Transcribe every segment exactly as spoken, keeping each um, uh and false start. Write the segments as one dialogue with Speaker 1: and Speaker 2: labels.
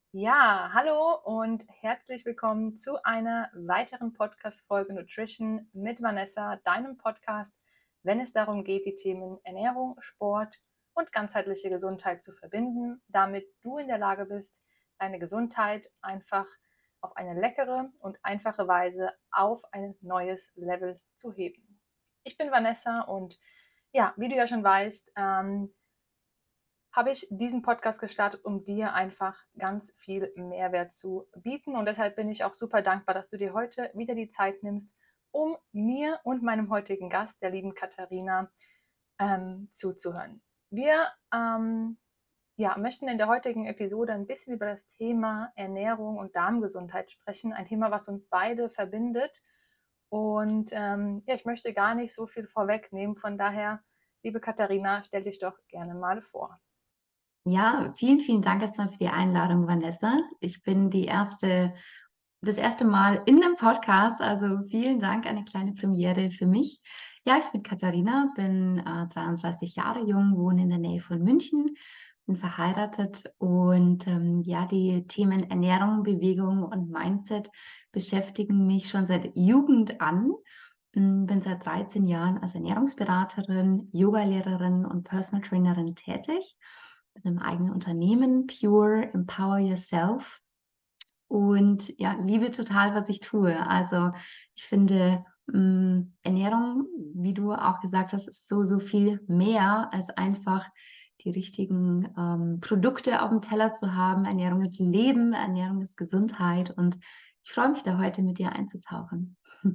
Speaker 1: Ja, hallo und herzlich willkommen zu einer weiteren Podcast-Folge Nutrition mit Vanessa, deinem Podcast, wenn es darum geht, die Themen Ernährung, Sport und ganzheitliche Gesundheit zu verbinden, damit du in der Lage bist, deine Gesundheit einfach auf eine leckere und einfache Weise auf ein neues Level zu heben. Ich bin Vanessa und ja, wie du ja schon weißt, ähm, habe ich diesen Podcast gestartet, um dir einfach ganz viel Mehrwert zu bieten. Und deshalb bin ich auch super dankbar, dass du dir heute wieder die Zeit nimmst, um mir und meinem heutigen Gast, der lieben Katharina, ähm, zuzuhören. Wir ähm, ja, möchten in der heutigen Episode ein bisschen über das Thema Ernährung und Darmgesundheit sprechen. Ein Thema, was uns beide verbindet. Und ähm, ja, ich möchte gar nicht so viel vorwegnehmen. Von daher, liebe Katharina, stell dich doch gerne mal vor.
Speaker 2: Ja, vielen, vielen Dank erstmal für die Einladung, Vanessa. Ich bin die erste, das erste Mal in 'nem Podcast, also vielen Dank, eine kleine Premiere für mich. Ja, ich bin Katharina, bin, äh, dreiunddreißig Jahre jung, wohne in der Nähe von München, bin verheiratet und, ähm, ja, die Themen Ernährung, Bewegung und Mindset beschäftigen mich schon seit Jugend an. Hm, bin seit dreizehn Jahren als Ernährungsberaterin, Yogalehrerin und Personal Trainerin tätig mit einem eigenen Unternehmen, Pure Empower Yourself. Und ja, liebe total, was ich tue. Also ich finde, hm, Ernährung, wie du auch gesagt hast, ist so, so viel mehr als einfach die richtigen ähm, Produkte auf dem Teller zu haben. Ernährung ist Leben, Ernährung ist Gesundheit und ich freue mich da heute mit dir einzutauchen.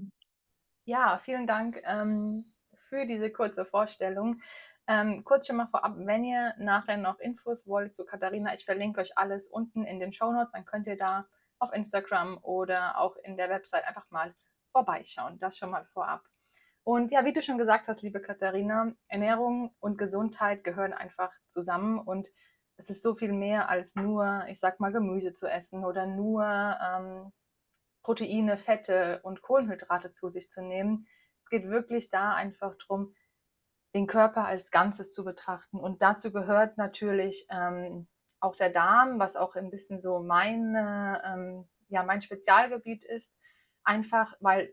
Speaker 1: Ja, vielen Dank ähm, für diese kurze Vorstellung. Ähm, kurz schon mal vorab, wenn ihr nachher noch Infos wollt zu Katharina, ich verlinke euch alles unten in den Show Notes, dann könnt ihr da auf Instagram oder auch in der Website einfach mal vorbeischauen. Das schon mal vorab. Und ja, wie du schon gesagt hast, liebe Katharina, Ernährung und Gesundheit gehören einfach zusammen und es ist so viel mehr als nur, ich sag mal, Gemüse zu essen oder nur ähm, Proteine, Fette und Kohlenhydrate zu sich zu nehmen. Es geht wirklich da einfach drum, den Körper als Ganzes zu betrachten. Und dazu gehört natürlich ähm, auch der Darm, was auch ein bisschen so mein, ähm, ja, mein Spezialgebiet ist. Einfach, weil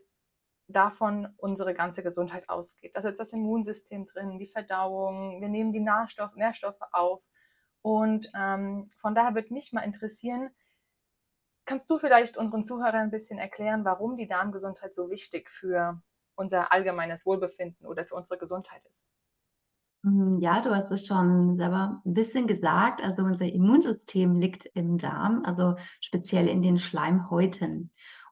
Speaker 1: davon unsere ganze Gesundheit ausgeht. Da ist jetzt das Immunsystem drin, die Verdauung, wir nehmen die Nährstoff, Nährstoffe auf. Und ähm, von daher würde mich mal interessieren, kannst du vielleicht unseren Zuhörern ein bisschen erklären, warum die Darmgesundheit so wichtig für unser allgemeines Wohlbefinden oder für unsere Gesundheit ist?
Speaker 2: Hm, ja, du hast es schon selber ein bisschen gesagt. Also, unser Immunsystem liegt im Darm, also speziell in den Schleimhäuten.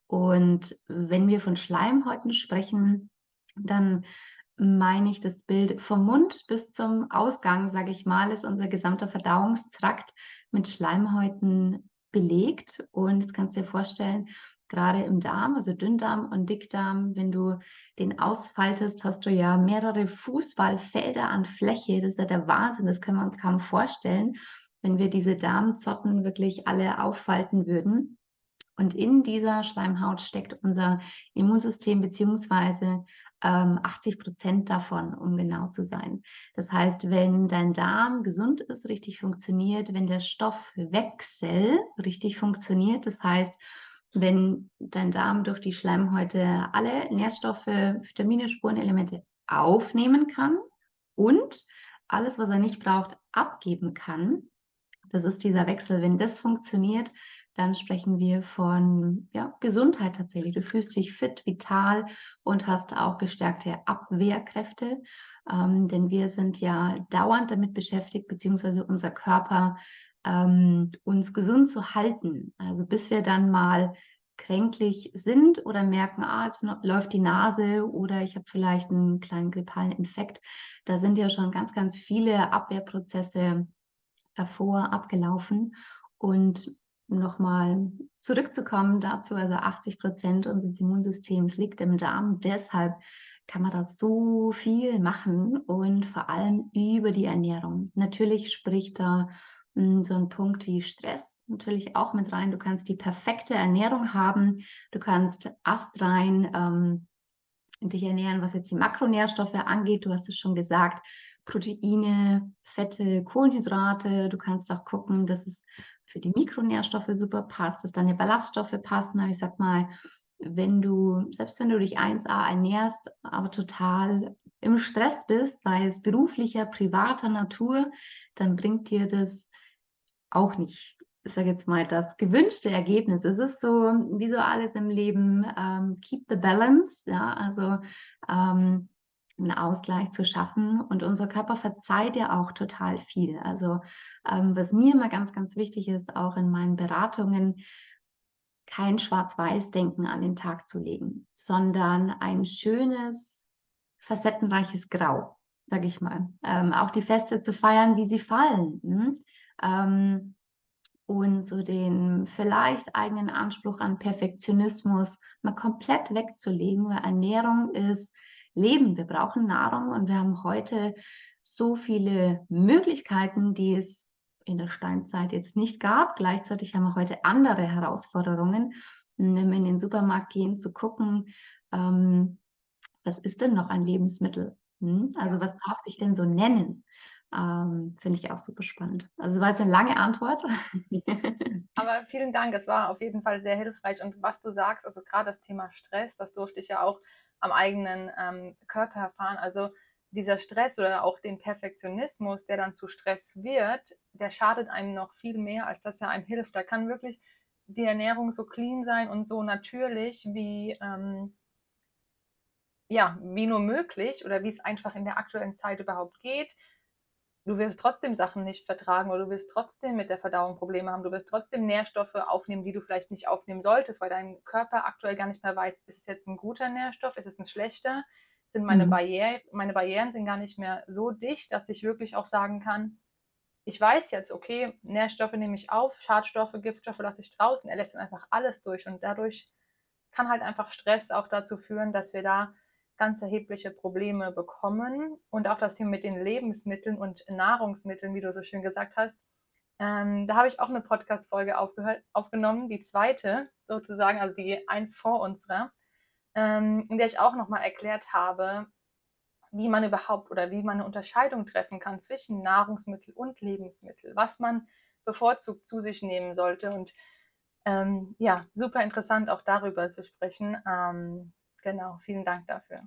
Speaker 2: Und wenn wir von Schleimhäuten sprechen, dann meine ich das Bild vom Mund bis zum Ausgang, sage ich mal, ist unser gesamter Verdauungstrakt mit Schleimhäuten belegt. Und das kannst du dir vorstellen, gerade im Darm, also Dünndarm und Dickdarm, wenn du den ausfaltest, hast du ja mehrere Fußballfelder an Fläche. Das ist ja der Wahnsinn, das können wir uns kaum vorstellen, wenn wir diese Darmzotten wirklich alle auffalten würden. Und in dieser Schleimhaut steckt unser Immunsystem beziehungsweise ähm, achtzig Prozent davon, um genau zu sein. Das heißt, wenn dein Darm gesund ist, richtig funktioniert, wenn der Stoffwechsel richtig funktioniert, das heißt, wenn dein Darm durch die Schleimhäute alle Nährstoffe, Vitamine, Spurenelemente aufnehmen kann und alles, was er nicht braucht, abgeben kann, das ist dieser Wechsel. Wenn das funktioniert, dann sprechen wir von, ja, Gesundheit tatsächlich. Du fühlst dich fit, vital und hast auch gestärkte Abwehrkräfte, ähm, denn wir sind ja dauernd damit beschäftigt, beziehungsweise unser Körper, ähm, uns gesund zu halten. Also bis wir dann mal kränklich sind oder merken, ah, jetzt no läuft die Nase oder ich habe vielleicht einen kleinen grippalen Infekt. Da sind ja schon ganz, ganz viele Abwehrprozesse davor abgelaufen. Und nochmal zurückzukommen dazu, also achtzig Prozent unseres Immunsystems liegt im Darm. Deshalb kann man da so viel machen und vor allem über die Ernährung. Natürlich spricht da hm, so ein Punkt wie Stress natürlich auch mit rein. Du kannst die perfekte Ernährung haben. Du kannst astrein ähm, dich ernähren, was jetzt die Makronährstoffe angeht. Du hast es schon gesagt, Proteine, Fette, Kohlenhydrate. Du kannst auch gucken, dass es für die Mikronährstoffe super passt, dass deine Ballaststoffe passen. Aber ich sage mal, wenn du selbst wenn du dich eins A ernährst, aber total im Stress bist, sei es beruflicher, privater Natur, dann bringt dir das auch nicht, ich sage jetzt mal, das gewünschte Ergebnis. Es ist so wie so alles im Leben, ähm, keep the balance, ja, also, ähm, 'n Ausgleich zu schaffen und unser Körper verzeiht ja auch total viel. Also, ähm, was mir immer ganz, ganz wichtig ist, auch in meinen Beratungen, kein Schwarz-Weiß-Denken an den Tag zu legen, sondern ein schönes, facettenreiches Grau, sage ich mal. Ähm, auch die Feste zu feiern, wie sie fallen, mhm, ähm, und so den vielleicht eigenen Anspruch an Perfektionismus mal komplett wegzulegen, weil Ernährung ist Leben. Wir brauchen Nahrung und wir haben heute so viele Möglichkeiten, die es in der Steinzeit jetzt nicht gab. Gleichzeitig haben wir heute andere Herausforderungen, hm, wenn wir in den Supermarkt gehen, zu gucken, ähm, was ist denn noch ein Lebensmittel? Hm, also,
Speaker 1: Ja.
Speaker 2: was darf sich denn so nennen? Ähm, finde ich auch super spannend. Also, war jetzt 'ne lange Antwort.
Speaker 1: Aber vielen Dank, es war auf jeden Fall sehr hilfreich. Und was du sagst, also gerade das Thema Stress, das durfte ich ja auch am eigenen ähm, Körper erfahren. Also dieser Stress oder auch den Perfektionismus, der dann zu Stress wird, der schadet einem noch viel mehr, als dass er einem hilft. Da kann wirklich die Ernährung so clean sein und so natürlich wie, ähm, ja, wie nur möglich oder wie es einfach in der aktuellen Zeit überhaupt geht. Du wirst trotzdem Sachen nicht vertragen oder du wirst trotzdem mit der Verdauung Probleme haben. Du wirst trotzdem Nährstoffe aufnehmen, die du vielleicht nicht aufnehmen solltest, weil dein Körper aktuell gar nicht mehr weiß, ist es jetzt ein guter Nährstoff, ist es ein schlechter? Sind meine
Speaker 2: Mhm.
Speaker 1: Barriere, meine Barrieren sind gar nicht mehr so dicht, dass ich wirklich auch sagen kann, ich weiß jetzt, okay, Nährstoffe nehme ich auf, Schadstoffe, Giftstoffe lasse ich draußen. Er lässt dann einfach alles durch und dadurch kann halt einfach Stress auch dazu führen, dass wir da ganz erhebliche Probleme bekommen. Und auch das Thema mit den Lebensmitteln und Nahrungsmitteln, wie du so schön gesagt hast. Ähm, da habe ich auch eine Podcast-Folge aufgenommen, die zweite sozusagen, also die eins vor unserer, ähm, in der ich auch nochmal erklärt habe, wie man überhaupt oder wie man eine Unterscheidung treffen kann zwischen Nahrungsmittel und Lebensmittel, was man bevorzugt zu sich nehmen sollte. Und ähm, ja, super interessant auch darüber zu sprechen. Ähm, genau, vielen Dank dafür.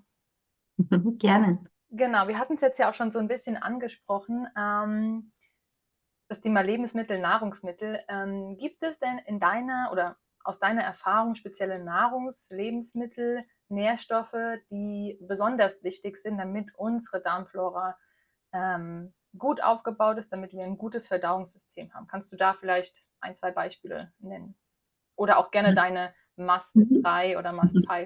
Speaker 2: Gerne.
Speaker 1: Genau, wir hatten es jetzt ja auch schon so ein bisschen angesprochen, ähm, das Thema Lebensmittel, Nahrungsmittel. Ähm, gibt es denn in deiner oder aus deiner Erfahrung spezielle Nahrungs-, Lebensmittel, Nährstoffe, die besonders wichtig sind, damit unsere Darmflora ähm, gut aufgebaut ist, damit wir ein gutes Verdauungssystem haben? Kannst du da vielleicht ein, zwei Beispiele nennen? Oder auch gerne deine Must
Speaker 2: Mhm.
Speaker 1: drei oder Must fünf.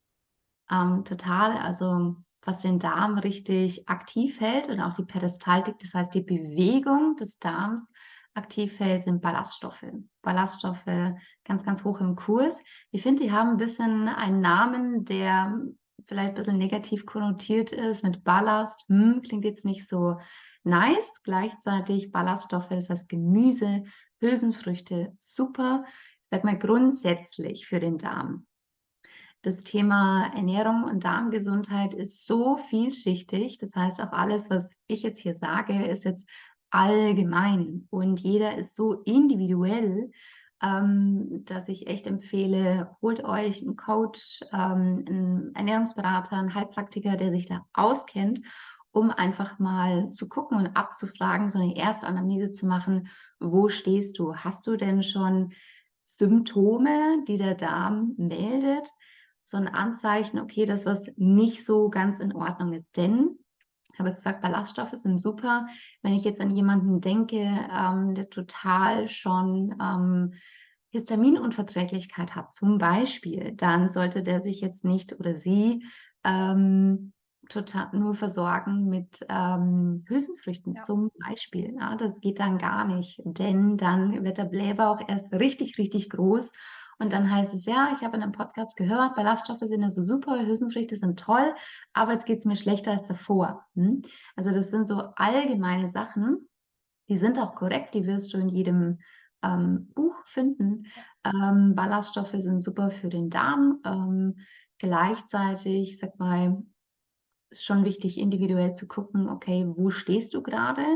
Speaker 2: Ähm, total. Also, was den Darm richtig aktiv hält und auch die Peristaltik, das heißt die Bewegung des Darms aktiv hält, sind Ballaststoffe. Ballaststoffe ganz, ganz hoch im Kurs. Ich finde, die haben ein bisschen einen Namen, der vielleicht ein bisschen negativ konnotiert ist mit Ballast. Hm, klingt jetzt nicht so nice. Gleichzeitig Ballaststoffe, das heißt Gemüse, Hülsenfrüchte, super. Ich sage mal grundsätzlich für den Darm. Das Thema Ernährung und Darmgesundheit ist so vielschichtig. Das heißt, auch alles, was ich jetzt hier sage, ist jetzt allgemein und jeder ist so individuell, ähm, dass ich echt empfehle, holt euch einen Coach, ähm, 'n Ernährungsberater, einen Heilpraktiker, der sich da auskennt, um einfach mal zu gucken und abzufragen, so eine Erstanamnese zu machen: „Wo stehst du? Hast du denn schon Symptome, die der Darm meldet?“ So 'n Anzeichen, okay, dass was nicht so ganz in Ordnung ist. Denn ich habe jetzt gesagt, Ballaststoffe sind super. Wenn ich jetzt an jemanden denke, ähm, der total schon, ähm, Histaminunverträglichkeit hat zum Beispiel, dann sollte der sich jetzt nicht oder sie, ähm, total nur versorgen mit, ähm, Hülsenfrüchten
Speaker 1: Ja.
Speaker 2: zum Beispiel, ja? Das geht dann gar nicht, denn dann wird der Blähbauch erst richtig, richtig groß und dann heißt es: „Ja, ich habe in 'nem Podcast gehört, Ballaststoffe sind ja so super, Hülsenfrüchte sind toll, aber jetzt geht's mir schlechter als davor.“ Mhm. Also, das sind so allgemeine Sachen, die sind auch korrekt, die wirst du in jedem, ähm, Buch finden.
Speaker 1: Ja.
Speaker 2: Ähm, Ballaststoffe sind super für den Darm. Ähm, gleichzeitig, ich sage mal, ist schon wichtig, individuell zu gucken, okay, wo stehst du gerade?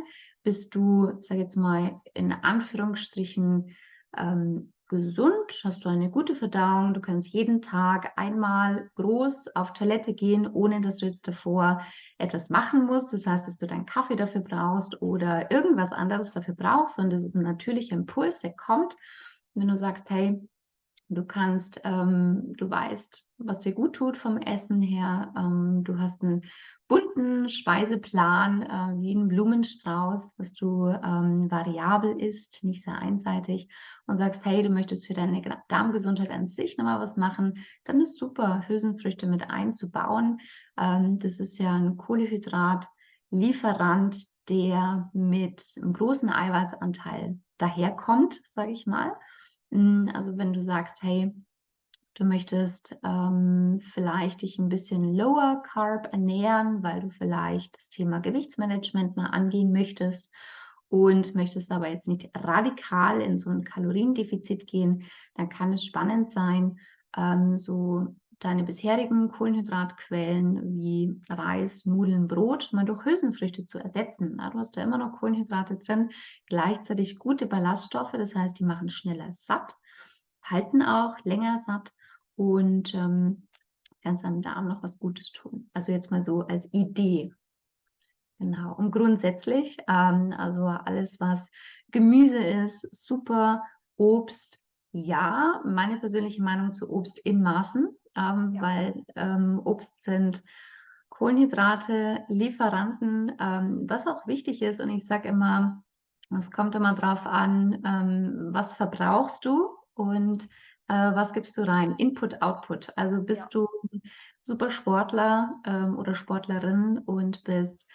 Speaker 2: bist du, sage jetzt mal, in Anführungsstrichen, ähm, gesund? Hast du eine gute Verdauung? Du kannst jeden Tag einmal groß auf Toilette gehen, ohne dass du jetzt davor etwas machen musst. Das heißt, dass du deinen Kaffee dafür brauchst oder irgendwas anderes dafür brauchst, sondern das ist ein natürlicher Impuls, der kommt. Wenn du sagst: „Hey, du kannst, ähm, du weißt, was dir gut tut vom Essen her. Ähm, du hast einen bunten Speiseplan, äh, wie ein Blumenstrauß, dass du, ähm, variabel isst, nicht sehr einseitig und sagst: „Hey, du möchtest für deine Gra Darmgesundheit an sich noch mal was machen“, dann ist super, Hülsenfrüchte mit einzubauen. Ähm, das ist ja ein Kohlenhydratlieferant, der mit 'nem großen Eiweißanteil daherkommt, sage ich mal. Hm, also, wenn du sagst: „Hey, du möchtest, ähm, vielleicht dich ein bisschen lower carb ernähren, weil du vielleicht das Thema Gewichtsmanagement mal angehen möchtest und möchtest aber jetzt nicht radikal in so ein Kaloriendefizit gehen“, dann kann es spannend sein, ähm, so deine bisherigen Kohlenhydratquellen wie Reis, Nudeln, Brot mal durch Hülsenfrüchte zu ersetzen. Ja, du hast da immer noch Kohlenhydrate drin, gleichzeitig gute Ballaststoffe, das heißt, die machen schneller satt, halten auch länger satt und, ähm, kannst deinem Darm noch was Gutes tun. Also, jetzt mal so als Idee. Genau. Und grundsätzlich, ähm, also alles, was Gemüse ist, super. Obst, ja. Meine persönliche Meinung zu Obst in Maßen, ähm,
Speaker 1: Ja,
Speaker 2: weil, ähm, Obst sind Kohlenhydrate, Lieferanten, ähm, was auch wichtig ist. Und ich sage immer, es kommt immer drauf an, ähm, was verbrauchst du und, äh, was gibst du rein? Input, Output. Also,
Speaker 1: ja,
Speaker 2: bist du 'n Supersportler, ähm, oder Sportlerin und bist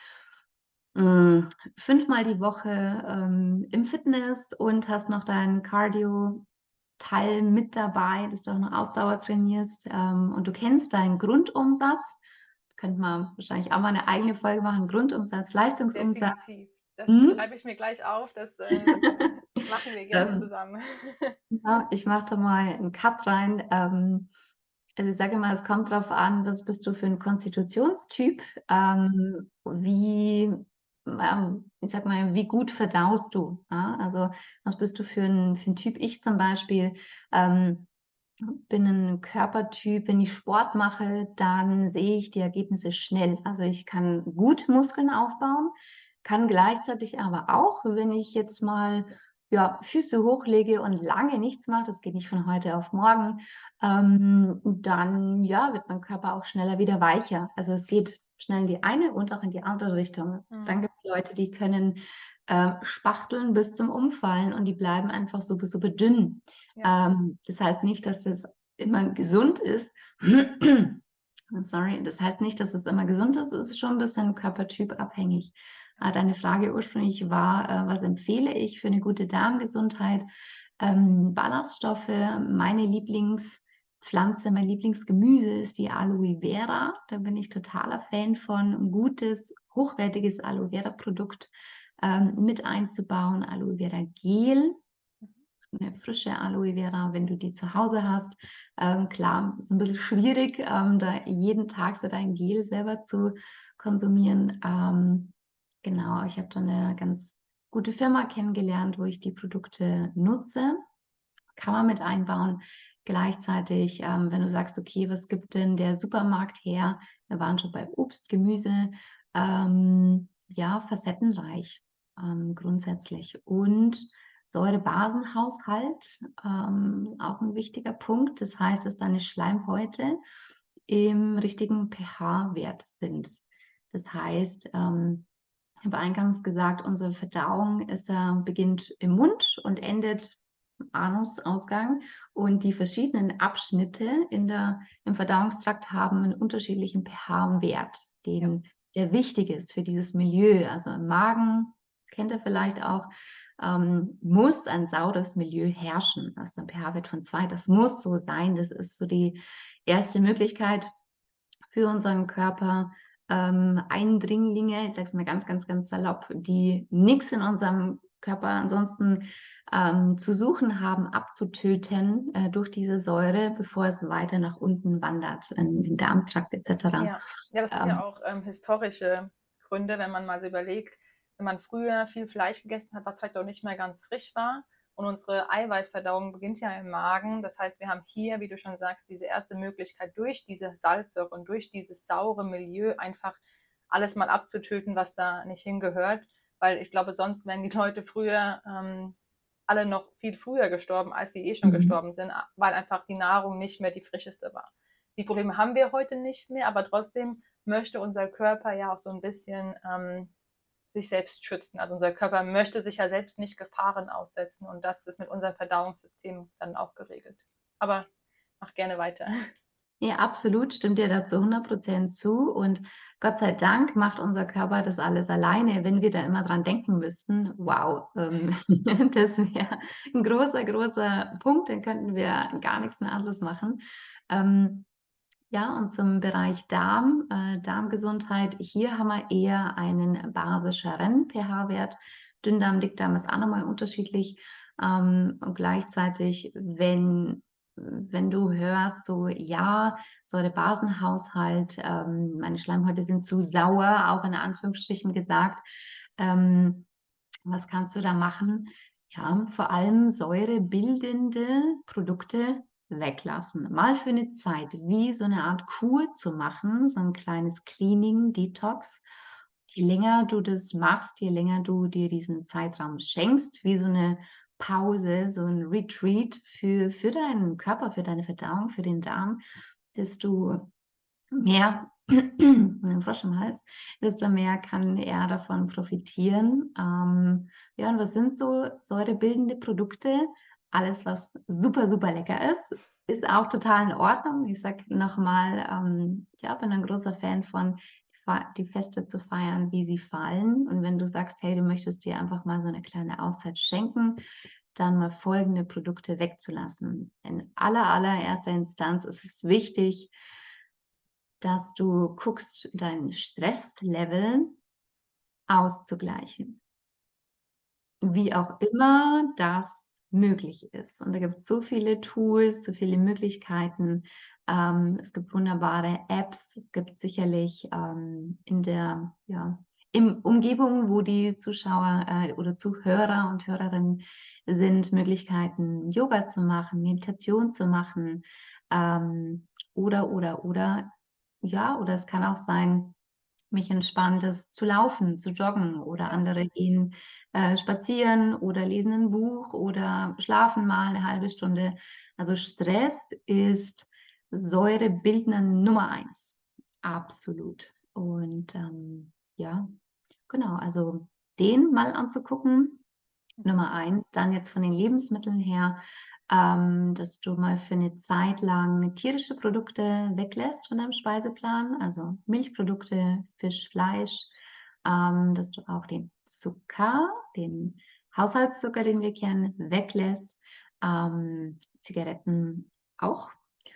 Speaker 2: hm, fünfmal die Woche, ähm, im Fitness und hast noch deinen Cardio-Teil mit dabei, dass du auch noch Ausdauer trainierst, ähm, und du kennst deinen Grundumsatz. Könnte man wahrscheinlich auch mal 'ne eigene Folge machen, Grundumsatz, Leistungsumsatz.
Speaker 1: definitiv. Das
Speaker 2: Mhm.
Speaker 1: schreibe ich mir gleich auf, das, äh, machen wir gerne
Speaker 2: Ähm,
Speaker 1: zusammen.
Speaker 2: ja, ich mache da mal 'n Cut rein. Ähm, also, ich sage immer, es kommt drauf an, was bist du für 'n Konstitutionstyp, ähm, wie, ähm, ich sage mal, wie gut verdaust du, ja? Also, was bist du für 'n für 'n Typ? Ich zum Beispiel, ähm, bin 'n Körpertyp, wenn ich Sport mache, dann sehe ich die Ergebnisse schnell. Also, ich kann gut Muskeln aufbauen, kann gleichzeitig aber auch, wenn ich jetzt mal, ja, Füße hochlege und lange nichts mache, das geht nicht von heute auf morgen, ähm, dann, ja, wird mein Körper auch schneller wieder weicher. Also, es geht schnell in die eine und auch in die andere Richtung. Dann
Speaker 1: Mhm.
Speaker 2: gibt's Leute, die können, äh, spachteln bis zum Umfallen und die bleiben einfach super, super dünn.
Speaker 1: Ja,
Speaker 2: Ähm, das heißt nicht, dass das immer gesund ist. Sorry, das heißt nicht, dass es immer gesund ist. Es ist schon ein bisschen körpertypabhängig. Äh, deine Frage ursprünglich war, äh, was empfehle ich für eine gute Darmgesundheit? Ähm, Ballaststoffe, meine Lieblingspflanze, mein Lieblingsgemüse ist die Aloe Vera. Da bin ich totaler Fan von, 'n gutes, hochwertiges Aloe Vera-Produkt, ähm, mit einzubauen. Aloe Vera Gel,
Speaker 1: mhm,
Speaker 2: 'ne frische Aloe Vera, wenn du die zu Hause hast. Ähm, klar, ist 'n bisschen schwierig, ähm, da jeden Tag so dein Gel selber zu konsumieren. Ähm, genau, ich habe da 'ne ganz gute Firma kennengelernt, wo ich die Produkte nutze. Kann man mit einbauen. Gleichzeitig, ähm, wenn du sagst: „Okay, was gibt denn der Supermarkt her?“ Wir waren schon bei Obst, Gemüse, ähm, ja, facettenreich, ähm, grundsätzlich. Und Säure-Basen-Haushalt, ähm, auch 'n wichtiger Punkt. Das heißt, dass deine Schleimhäute im richtigen pH-Wert sind. Das heißt, ähm, ich habe eingangs gesagt, unsere Verdauung ist ja beginnt im Mund und endet im Anusausgang und die verschiedenen Abschnitte in der im Verdauungstrakt haben einen unterschiedlichen pH-Wert,
Speaker 1: ja,
Speaker 2: den der wichtig ist für dieses Milieu. Also, im Magen, kennt ihr vielleicht auch, ähm, muss ein saures Milieu herrschen. Das ist ein pH-Wert von zwei. Das muss so sein. Das ist so die erste Möglichkeit für unseren Körper, ähm, Eindringlinge, ich sage es mal ganz, ganz, ganz salopp, die nichts in unserem Körper ansonsten, ähm, zu suchen haben, abzutöten, äh, durch diese Säure, bevor es weiter nach unten wandert in den Darmtrakt et cetera.
Speaker 1: ja. Ja, das hat ja
Speaker 2: Ähm,
Speaker 1: auch, ähm, historische Gründe, wenn man mal so überlegt. wenn man früher viel Fleisch gegessen hat, was vielleicht auch nicht mehr ganz frisch war. Und unsere Eiweißverdauung beginnt ja im Magen. Das heißt, wir haben hier, wie du schon sagst, diese erste Möglichkeit, durch diese Salzsäure und durch dieses saure Milieu einfach alles mal abzutöten, was da nicht hingehört. Weil ich glaube, sonst wären die Leute früher ähm, alle noch viel früher gestorben, als sie eh schon
Speaker 2: Mhm.
Speaker 1: gestorben sind, weil einfach die Nahrung nicht mehr die frischeste war. Die Probleme haben wir heute nicht mehr, aber trotzdem möchte unser Körper ja auch so ein bisschen ähm, sich selbst schützen. Also unser Körper möchte sich ja selbst nicht Gefahren aussetzen und das ist mit unserem Verdauungssystem dann auch geregelt. Aber mach gerne weiter.
Speaker 2: Ja, absolut, stimmt dir da zu hundert Prozent zu. Und Gott sei Dank macht unser Körper das alles alleine. Wenn wir da immer dran denken müssten, wow, ähm, das wäre ein großer, großer Punkt, dann könnten wir gar nichts mehr anderes machen. Ähm, ja, und zum Bereich Darm, äh, Darmgesundheit, hier haben wir eher einen basischeren pH-Wert. Dünndarm, Dickdarm ist auch nochmal unterschiedlich. Ähm, und gleichzeitig, wenn, wenn du hörst, so, ja, Säure-Basen-Haushalt, ähm, meine Schleimhäute sind zu sauer, auch in Anführungsstrichen gesagt, ähm, was kannst du da machen? Ja, vor allem säurebildende Produkte weglassen. Mal für eine Zeit, wie so eine Art Kur zu machen, so ein kleines Cleaning, Detox. Je länger du das machst, je länger du dir diesen Zeitraum schenkst, wie so eine Pause, so ein Retreat für für deinen Körper, für deine Verdauung, für den Darm, desto mehr ein Frosch im Hals, desto mehr kann er davon profitieren. Ähm, ja, und was sind so säurebildende Produkte? Alles, was super, super lecker ist, ist auch total in Ordnung. Ich sage noch mal, ähm, ja, bin ein großer Fan von, die Fe die Feste zu feiern, wie sie fallen. Und wenn du sagst: „Hey, du möchtest dir einfach mal so eine kleine Auszeit schenken“, dann mal folgende Produkte wegzulassen. In aller allererster Instanz ist es wichtig, dass du guckst, dein Stresslevel auszugleichen, wie auch immer das möglich ist. Und da gibt's so viele Tools, so viele Möglichkeiten. Ähm, es gibt wunderbare Apps. Es gibt sicherlich, ähm, in der ja, im Umgebung, wo die Zuschauer, äh, oder Zuhörer und Hörerinnen sind, Möglichkeiten, Yoga zu machen, Meditation zu machen, ähm, oder, oder, oder. Ja, oder es kann auch sein, mich entspannt ist zu laufen, zu joggen oder
Speaker 1: Ja.
Speaker 2: andere gehen, äh, spazieren oder lesen ein Buch oder schlafen mal eine halbe Stunde. Also, Stress ist Säurebildner Nummer eins. Absolut. Und, ähm, ja, genau, also den mal anzugucken,
Speaker 1: Mhm.
Speaker 2: Nummer eins, dann jetzt von den Lebensmitteln her, ähm, dass du mal für eine Zeit lang tierische Produkte weglässt von deinem Speiseplan, also Milchprodukte, Fisch, Fleisch, ähm, dass du auch den Zucker, den Haushaltszucker, den wir kennen, weglässt, ähm, Zigaretten auch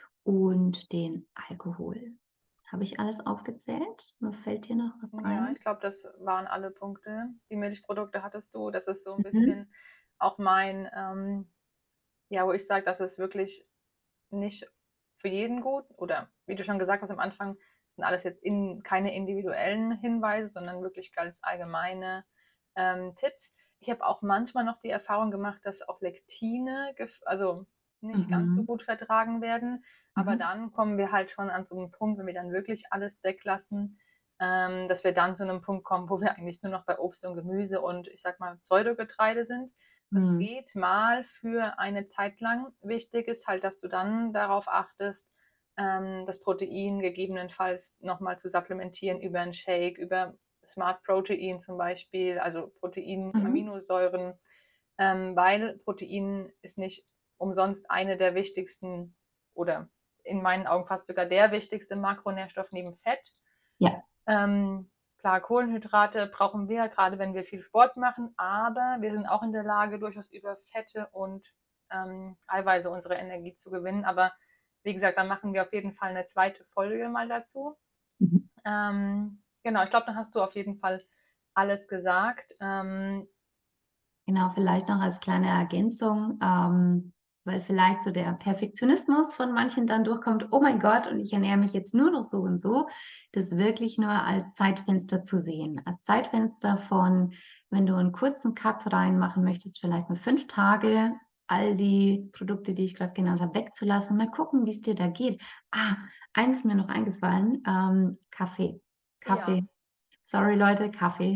Speaker 2: und den Alkohol. Habe ich alles aufgezählt? Oder fällt dir noch was
Speaker 1: Ja,
Speaker 2: ein?
Speaker 1: ich glaube, das waren alle Punkte. Die Milchprodukte hattest du. Das ist so ein
Speaker 2: Mhm.
Speaker 1: bisschen auch mein, ähm, ja, wo ich sage, das ist wirklich nicht für jeden gut. Oder wie du schon gesagt hast am Anfang, sind alles jetzt in, keine individuellen Hinweise, sondern wirklich ganz allgemeine ähm, Tipps. Ich habe auch manchmal noch die Erfahrung gemacht, dass auch Lektine, also nicht ganz so
Speaker 2: Mhm.
Speaker 1: gut vertragen werden. Aber
Speaker 2: Mhm.
Speaker 1: dann kommen wir halt schon an so einen Punkt, wenn wir dann wirklich alles weglassen, ähm, dass wir dann zu einem Punkt kommen, wo wir eigentlich nur noch bei Obst und Gemüse und ich sag mal Pseudogetreide sind. Das
Speaker 2: Mhm.
Speaker 1: geht mal für eine Zeit lang. Wichtig ist halt, dass du dann darauf achtest, ähm, das Protein gegebenenfalls nochmal zu supplementieren über einen Shake, über Smart Protein zum Beispiel, also Protein,
Speaker 2: Mhm.
Speaker 1: Aminosäuren, ähm, weil Protein ist nicht umsonst eine der wichtigsten oder in meinen Augen fast sogar der wichtigste Makronährstoff neben Fett.
Speaker 2: Ja.
Speaker 1: Ähm, klar, Kohlenhydrate brauchen wir, gerade wenn wir viel Sport machen, aber wir sind auch in der Lage, durchaus über Fette und ähm, Eiweiße unsere Energie zu gewinnen. Aber wie gesagt, dann machen wir auf jeden Fall eine zweite Folge mal dazu.
Speaker 2: Mhm.
Speaker 1: Ähm, genau, ich glaube, dann hast du auf jeden Fall alles gesagt. Ähm,
Speaker 2: Genau, vielleicht noch als kleine Ergänzung, ähm, weil vielleicht so der Perfektionismus von manchen dann durchkommt: „Oh mein Gott, und ich ernähre mich jetzt nur noch so und so“, das wirklich nur als Zeitfenster zu sehen. Als Zeitfenster von wenn du einen kurzen Cut reinmachen möchtest, vielleicht nur fünf Tage, all die Produkte, die ich gerade genannt habe, wegzulassen. Mal gucken, wie es dir da geht. Ah, eins ist mir noch eingefallen, ähm, Kaffee.
Speaker 1: Ja.
Speaker 2: Kaffee. Sorry Leute, Kaffee.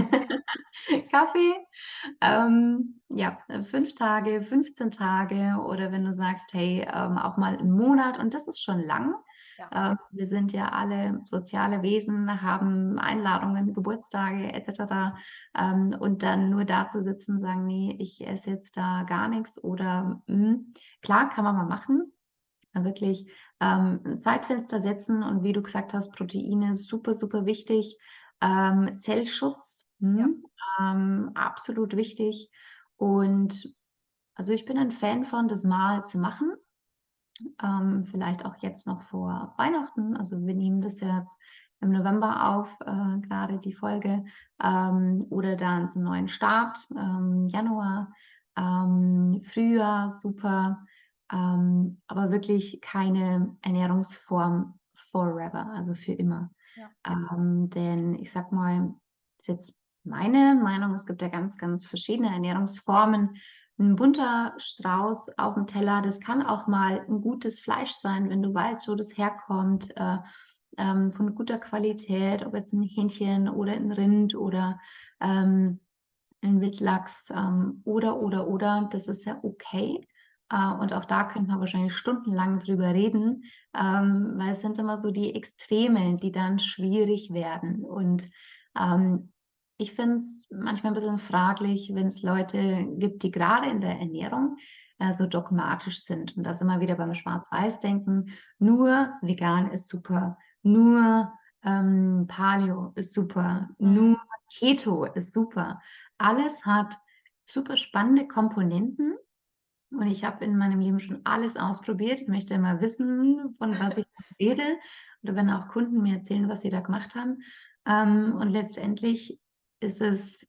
Speaker 2: Kaffee, ähm, ja, äh, fünf Tage, fünfzehn Tage oder wenn du sagst: „Hey, ähm, auch mal 'n Monat“, und das ist schon lang.
Speaker 1: Ja.
Speaker 2: Ähm, wir sind ja alle soziale Wesen, haben Einladungen, Geburtstage et cetera. Ähm, und dann nur da zu sitzen und sagen: „Ne, ich esse jetzt da gar nix“ oder hm, klar, kann man mal machen, äh, wirklich, ähm, 'n Zeitfenster setzen und wie du gesagt hast, Proteine super, super wichtig. Ähm, Zellschutz,
Speaker 1: Ja.
Speaker 2: mhm, ähm, absolut wichtig. Und also, ich bin ein Fan von, das mal zu machen, ähm, vielleicht auch jetzt noch vor Weihnachten. Also, wir nehmen das ja jetzt im November auf, äh, grade die Folge, ähm, oder dann zum neuen Start, ähm, Januar, ähm, Frühjahr, super, ähm, aber wirklich keine Ernährungsform forever, also für immer.
Speaker 1: Ja.
Speaker 2: Ähm, denn ich sage mal, ist jetzt meine Meinung, es gibt ja ganz, ganz verschiedene Ernährungsformen. 'N bunter Strauß aufm Teller, das kann auch mal 'n gutes Fleisch sein, wenn du weißt, wo das herkommt, äh, ähm, von guter Qualität, ob jetzt 'n Hähnchen oder 'n Rind oder, ähm, 'n Wildlachs, ähm, oder, oder, oder. Das ist ja okay. Äh, und auch da könnte man wahrscheinlich stundenlang drüber reden, ähm, weil es sind immer so die Extreme, die dann schwierig werden. Und, ähm, ich finde es manchmal 'n bisschen fraglich, wenn's Leute gibt, die grade in der Ernährung, äh, so dogmatisch sind. Und da sind wir wieder beim Schwarz-Weiß-Denken. Nur vegan ist super, nur, ähm, Paleo ist super, nur
Speaker 1: Mhm.
Speaker 2: Keto ist super. Alles hat super spannende Komponenten und ich habe in meinem Leben schon alles ausprobiert. Ich möchte immer wissen, von was ich da rede oder wenn auch Kunden mir erzählen, was sie da gemacht haben. Ähm, und letztendlich ist es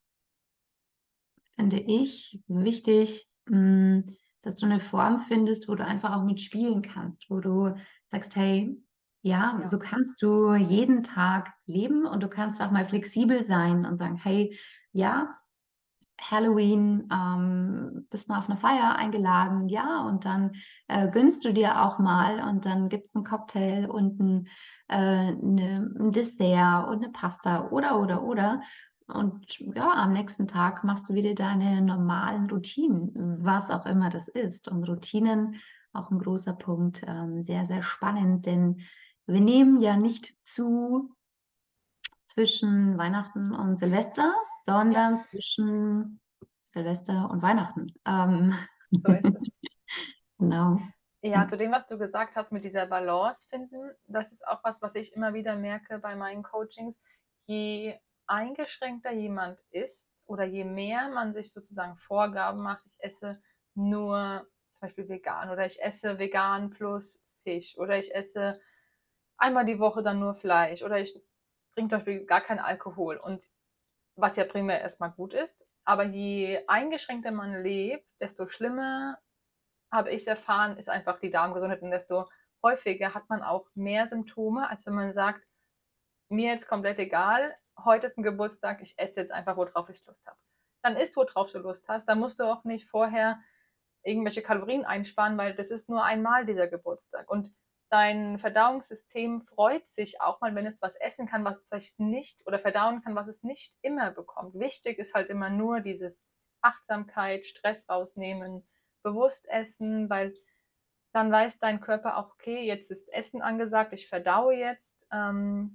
Speaker 2: finde ich wichtig, hm, dass du 'ne Form findest, wo du einfach auch mit spielen kannst, wo du sagst: „Hey, ja,
Speaker 1: Ja.
Speaker 2: so kannst du jeden Tag leben und du kannst auch mal flexibel sein und sagen: ‚Hey, ja, Halloween, ähm, bist mal auf 'ne Feier eingeladen, ja, und dann, äh, gönnst du dir auch mal und dann gibt's 'n Cocktail und 'n äh, 'ne 'n Dessert und 'ne Pasta oder, oder, oder.‘ Und ja, am nächsten Tag machst du wieder deine normalen Routinen, was auch immer das ist. Und Routinen, auch 'n großer Punkt, ähm, sehr, sehr spannend, denn wir nehmen ja nicht zu zwischen Weihnachten und Silvester,
Speaker 1: Ja.
Speaker 2: sondern zwischen Silvester und Weihnachten. Ähm,
Speaker 1: So ist es.
Speaker 2: genau.
Speaker 1: Ja,
Speaker 2: Ja.
Speaker 1: zu dem, was du gesagt hast mit dieser Balance finden, das ist auch was, was ich immer wieder merke bei meinen Coachings. Je eingeschränkter jemand ist oder je mehr man sich sozusagen Vorgaben macht: „Ich esse nur zum Beispiel vegan“ oder „Ich esse vegan plus Fisch“ oder „Ich esse einmal die Woche dann nur Fleisch“ oder „Ich trinke zum Beispiel gar keinen Alkohol“ und was ja primär erst mal gut ist. Aber je eingeschränkter man lebt, desto schlimmer, habe ich erfahren, ist einfach die Darmgesundheit und desto häufiger hat man auch mehr Symptome, als wenn man sagt: „Mir jetzt komplett egal, heute ist 'n Geburtstag, ich esse jetzt einfach, worauf ich Lust habe.“ Dann isst, worauf du Lust hast. Dann musst du auch nicht vorher irgendwelche Kalorien einsparen, weil das ist nur einmal dieser Geburtstag. Und dein Verdauungssystem freut sich auch mal, wenn es was essen kann, was es vielleicht nicht oder verdauen kann, was es nicht immer bekommt. Wichtig ist halt immer nur dieses Achtsamkeit, Stress rausnehmen, bewusst essen, weil dann weiß dein Körper auch: „Okay, jetzt ist Essen angesagt, ich verdaue jetzt“, ähm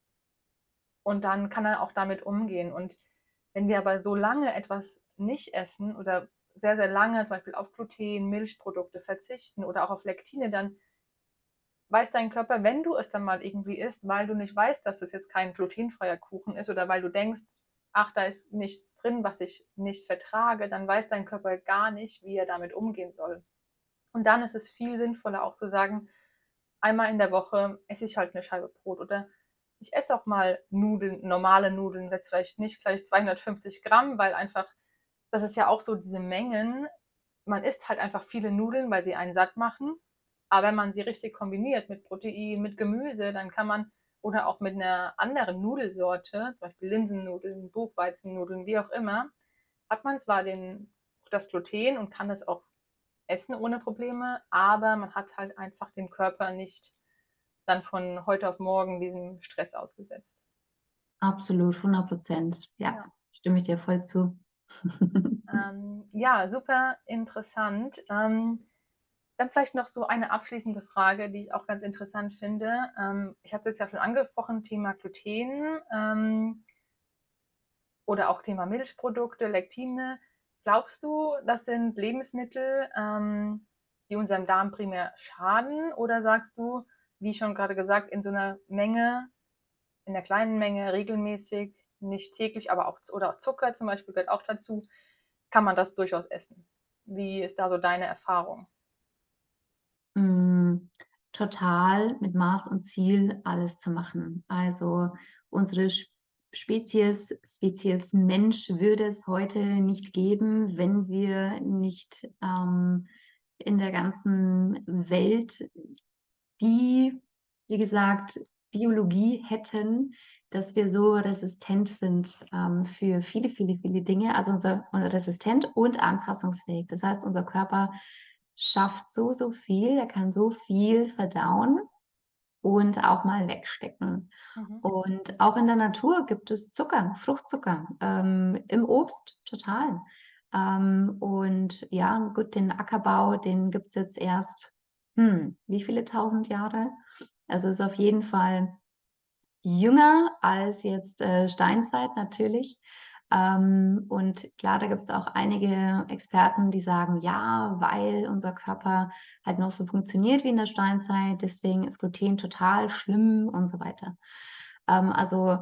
Speaker 1: und dann kann er auch damit umgehen. Und wenn wir aber so lange etwas nicht essen oder sehr, sehr lange zum Beispiel auf Gluten, Milchprodukte verzichten oder auch auf Lektine, dann weiß dein Körper, wenn du es dann mal irgendwie isst, weil du nicht weißt, dass es jetzt kein glutenfreier Kuchen ist oder weil du denkst: „Ach, da ist nichts drin, was ich nicht vertrage“, dann weiß dein Körper gar nicht, wie er damit umgehen soll. Und dann ist es viel sinnvoller auch zu sagen: „Einmal in der Woche esse ich halt 'ne Scheibe Brot“ oder ich esse auch mal Nudeln, normale Nudeln, jetzt vielleicht nicht gleich zweihundertfünfzig Gramm, weil einfach das ist ja auch so diese Mengen. Man isst halt einfach viele Nudeln, weil sie einen satt machen. Aber wenn man sie richtig kombiniert mit Protein, mit Gemüse, dann kann man oder auch mit einer anderen Nudelsorte, zum Beispiel Linsennudeln, Buchweizennudeln, wie auch immer, hat man zwar den, das Gluten und kann es auch essen ohne Probleme, aber man hat halt einfach dem Körper nicht dann von heute auf morgen diesem Stress ausgesetzt.
Speaker 2: Absolut, hundert Prozent. Ja,
Speaker 1: Ja.
Speaker 2: stimme ich dir voll zu.
Speaker 1: Ähm, ja, super interessant. Ähm, dann vielleicht noch so eine abschließende Frage, die ich auch ganz interessant finde. Ähm, ich hatte es ja schon angesprochen, Thema Gluten ähm, oder auch Thema Milchprodukte, Lektine. Glaubst du, das sind Lebensmittel, ähm, die unserem Darm primär schaden? Oder sagst du, wie schon gerade gesagt, in so einer Menge, in der kleinen Menge, regelmäßig, nicht täglich, aber auch oder auch Zucker zum Beispiel gehört auch dazu, kann man das durchaus essen? Wie ist da so deine Erfahrung?
Speaker 2: Hm, total mit Maß und Ziel alles zu machen. Also, unsere Sp Spezies Spezies Mensch würde es heute nicht geben, wenn wir nicht, ähm, in der ganzen Welt die, wie gesagt, Biologie hätten, dass wir so resistent sind, ähm, für viele, viele, viele Dinge. Also unser unser resistent und anpassungsfähig. Das heißt, unser Körper schafft so, so viel, er kann so viel verdauen und auch mal wegstecken.
Speaker 1: Mhm.
Speaker 2: Und auch in der Natur gibt es Zucker, Fruchtzucker, ähm, im Obst total. Ähm, und ja, gut, den Ackerbau, den gibt's jetzt erst, hm, wie viele tausend Jahre? Also ist auf jeden Fall jünger als jetzt, äh, Steinzeit natürlich. Ähm, und klar, da gibt's auch einige Experten, die sagen: „Ja, weil unser Körper halt noch so funktioniert wie in der Steinzeit, deswegen ist Gluten total schlimm“ und so weiter. Ähm, also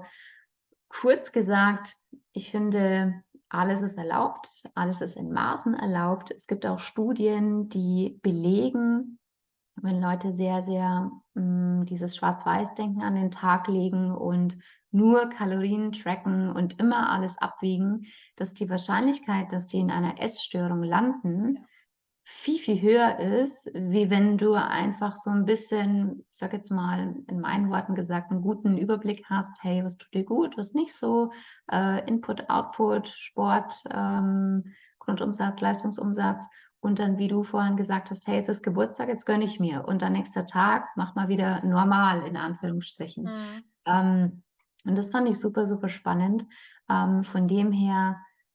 Speaker 2: kurz gesagt, ich finde, alles ist erlaubt, alles ist in Maßen erlaubt. Es gibt auch Studien, die belegen, wenn Leute sehr, sehr, hm, dieses Schwarz-Weiß-Denken an den Tag legen und nur Kalorien tracken und immer alles abwiegen, dass die Wahrscheinlichkeit, dass sie in einer Essstörung landen,
Speaker 1: Ja.
Speaker 2: viel, viel höher ist, wie wenn du einfach so ein bisschen, ich sage jetzt mal in meinen Worten gesagt, einen guten Überblick hast: „Hey, was tut dir gut, was nicht so?“ Äh, Input, Output, Sport, ähm, Grundumsatz, Leistungsumsatz und dann, wie du vorhin gesagt hast: „Hey, jetzt ist Geburtstag, jetzt gönne ich mir.“ Und dann nächster Tag, mach mal wieder normal in Anführungsstrichen.
Speaker 1: Mhm.
Speaker 2: Ähm, und das fand ich super, super spannend. Ähm, von dem her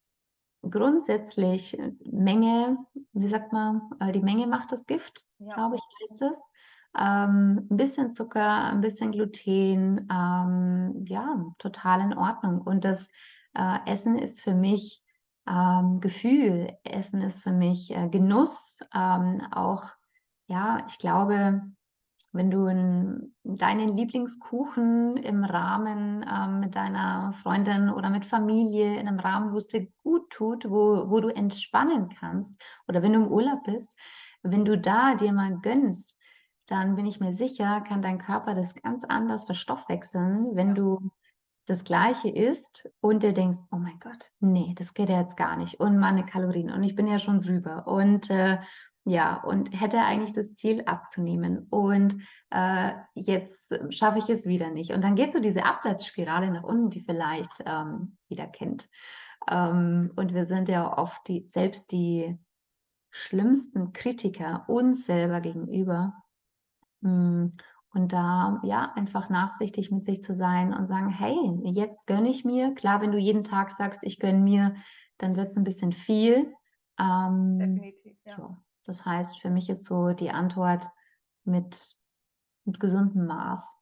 Speaker 2: grundsätzlich, äh, Menge, wie sagt man, äh, die Menge macht das Gift,
Speaker 1: Ja.
Speaker 2: glaube ich, heißt es. Ähm, 'n bisschen Zucker, ein bisschen Gluten, ähm, ja, total in Ordnung. Und das, äh, Essen ist für mich, ähm, Gefühl. Essen ist für mich, äh, Genuss. Ähm, auch, ja, ich glaube, wenn du 'n deinen Lieblingskuchen im Rahmen, ähm, mit deiner Freundin oder mit Familie in 'nem Rahmen, wo's dir gut tut, wo wo du entspannen kannst oder wenn du im Urlaub bist, wenn du da dir mal gönnst, dann bin ich mir sicher, kann dein Körper das ganz anders verstoffwechseln, wenn
Speaker 1: Ja.
Speaker 2: du das Gleiche isst und dir denkst: „Oh mein Gott, ne, das geht ja jetzt gar nicht und meine Kalorien und ich bin ja schon drüber und, äh, ja, und hätte eigentlich das Ziel abzunehmen und, äh, jetzt äh, schaffe ich es wieder nicht.“ Und dann geht so diese Abwärtsspirale nach unten, die vielleicht, ähm, jeder kennt. Ähm, und wir sind ja oft die selbst die schlimmsten Kritiker uns selber gegenüber. Hm, und da, ja, einfach nachsichtig mit sich zu sein und sagen: „Hey, jetzt gönne ich mir.“ Klar, wenn du jeden Tag sagst: „Ich gönne mir“, dann wird's 'n bisschen viel. Ähm,
Speaker 1: Definitiv, ja.
Speaker 2: ja, das heißt, für mich ist so die Antwort mit mit gesundem Maß.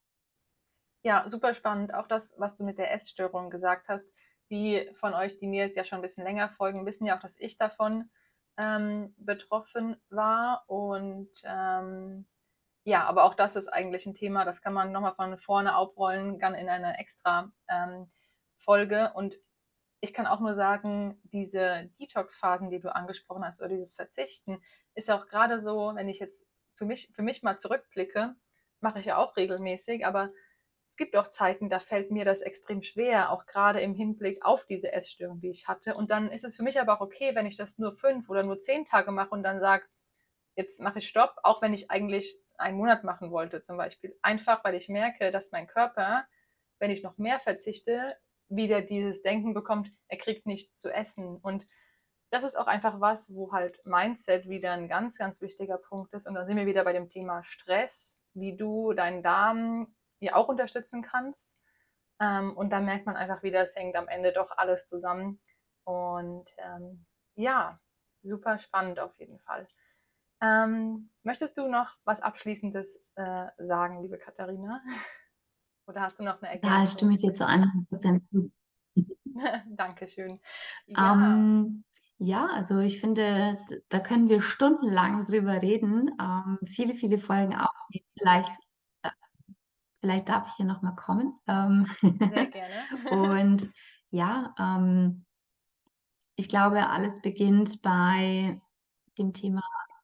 Speaker 1: Ja, super spannend. Auch das, was du mit der Essstörung gesagt hast. Die von euch, die mir jetzt ja schon ein bisschen länger folgen, wissen ja auch, dass ich davon ähm, betroffen war. Und ähm, ja, aber auch das ist eigentlich ein Thema, das kann man noch mal von vorne aufrollen, dann in einer extra ähm, Folge. Und ich kann auch nur sagen, diese Detox-Phasen, die du angesprochen hast, oder dieses Verzichten, ist auch gerade so, wenn ich jetzt für mich, für mich mal zurückblicke, mache ich ja auch regelmäßig, aber es gibt auch Zeiten, da fällt mir das extrem schwer, auch gerade im Hinblick auf diese Essstörung, die ich hatte. Und dann ist es für mich aber auch okay, wenn ich das nur fünf oder nur zehn Tage mache und dann sage, jetzt mache ich Stopp, auch wenn ich eigentlich einen Monat machen wollte zum Beispiel. Einfach, weil ich merke, dass mein Körper, wenn ich noch mehr verzichte, wieder dieses Denken bekommt, er kriegt nichts zu essen. Und das ist auch einfach was, wo halt Mindset wieder ein ganz, ganz wichtiger Punkt ist. Und da sind wir wieder bei dem Thema Stress, wie du deinen Darm ja auch unterstützen kannst. Ähm, und dann merkt man einfach wieder, es hängt am Ende doch alles zusammen. Und ähm, ja, super spannend auf jeden Fall. Ähm, möchtest du noch was Abschließendes äh, sagen, liebe Katharina? Oder hast du noch eine
Speaker 2: Da stimme
Speaker 1: Ergänzung?
Speaker 2: ich dir zu hundert Prozent zu.
Speaker 1: Dankeschön. Ja,
Speaker 2: Ähm, ja, also ich finde, d- da können wir stundenlang drüber reden, ähm, viele, viele Folgen aufnehmen. Vielleicht, äh, vielleicht darf ich hier noch mal kommen. Ähm,
Speaker 1: sehr gerne.
Speaker 2: und ja, ähm, ich glaube, alles beginnt bei dem Thema,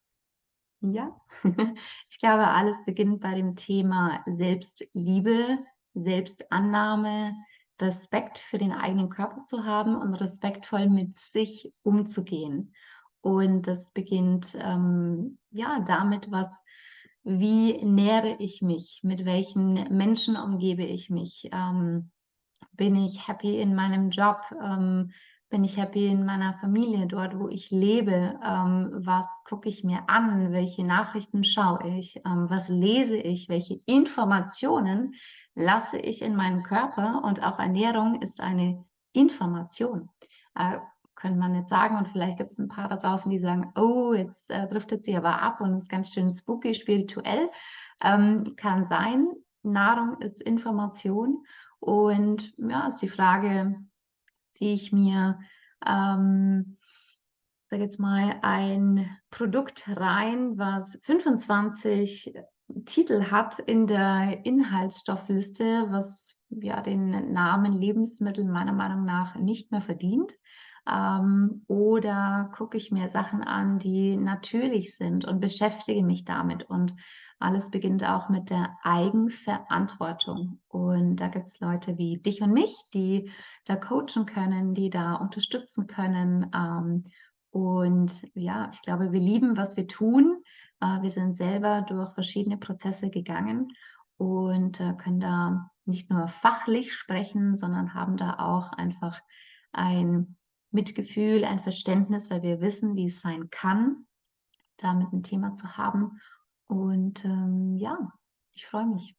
Speaker 2: ja, ich glaube, alles beginnt bei dem Thema Selbstliebe, Selbstannahme, Respekt für den eigenen Körper zu haben und respektvoll mit sich umzugehen. Und das beginnt ähm, ja damit, was, wie nähere ich mich, mit welchen Menschen umgebe ich mich, ähm, bin ich happy in meinem Job? Ähm, bin ich happy in meiner Familie, dort, wo ich lebe? Ähm, was gucke ich mir an? Welche Nachrichten schaue ich? Ähm, was lese ich? Welche Informationen lasse ich in meinen Körper? Und auch Ernährung ist eine Information. Äh, könnte man jetzt sagen, und vielleicht gibt es ein paar da draußen, die sagen, oh, jetzt äh, driftet sie aber ab und ist ganz schön spooky, spirituell. Ähm, kann sein. Nahrung ist Information. Und ja, ist die Frage, ziehe ich mir, ähm, sage jetzt mal, ein Produkt rein, was fünfundzwanzig Titel hat in der Inhaltsstoffliste, was ja den Namen Lebensmittel meiner Meinung nach nicht mehr verdient. Ähm, oder gucke ich mir Sachen an, die natürlich sind und beschäftige mich damit. Und alles beginnt auch mit der Eigenverantwortung. Und da gibt es Leute wie dich und mich, die da coachen können, die da unterstützen können. Ähm, und ja, ich glaube, wir lieben, was wir tun. Äh, wir sind selber durch verschiedene Prozesse gegangen und äh, können da nicht nur fachlich sprechen, sondern haben da auch einfach ein Mitgefühl, ein Verständnis, weil wir wissen, wie es sein kann, damit ein Thema zu haben. Und ähm, ja, ich freue mich.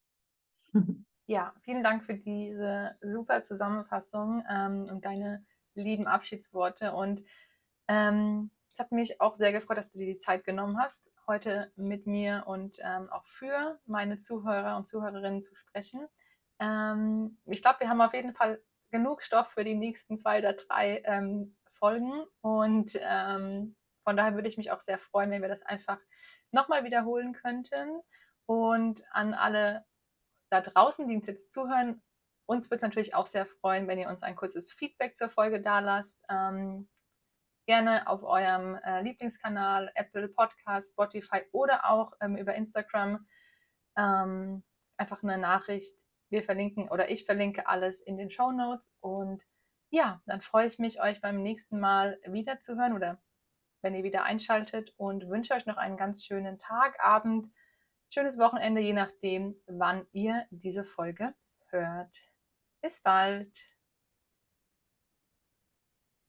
Speaker 1: Ja, vielen Dank für diese super Zusammenfassung ähm, und deine lieben Abschiedsworte. Und ähm, es hat mich auch sehr gefreut, dass du dir die Zeit genommen hast, heute mit mir und ähm, auch für meine Zuhörer und Zuhörerinnen zu sprechen. Ähm, ich glaube, wir haben auf jeden Fall genug Stoff für die nächsten zwei oder drei ähm, Folgen. Und ähm, von daher würde ich mich auch sehr freuen, wenn wir das einfach nochmal wiederholen könnten. Und an alle da draußen, die uns jetzt zuhören, uns wird es natürlich auch sehr freuen, wenn ihr uns ein kurzes Feedback zur Folge da lasst. Ähm, gerne auf eurem äh, Lieblingskanal, Apple Podcast, Spotify oder auch ähm, über Instagram ähm, einfach eine Nachricht. Wir verlinken oder ich verlinke alles in den Show Notes. Und ja, dann freue ich mich, euch beim nächsten Mal wieder zu hören oder wenn ihr wieder einschaltet und wünsche euch noch einen ganz schönen Tag, Abend, schönes Wochenende, je nachdem, wann ihr diese Folge hört. Bis bald.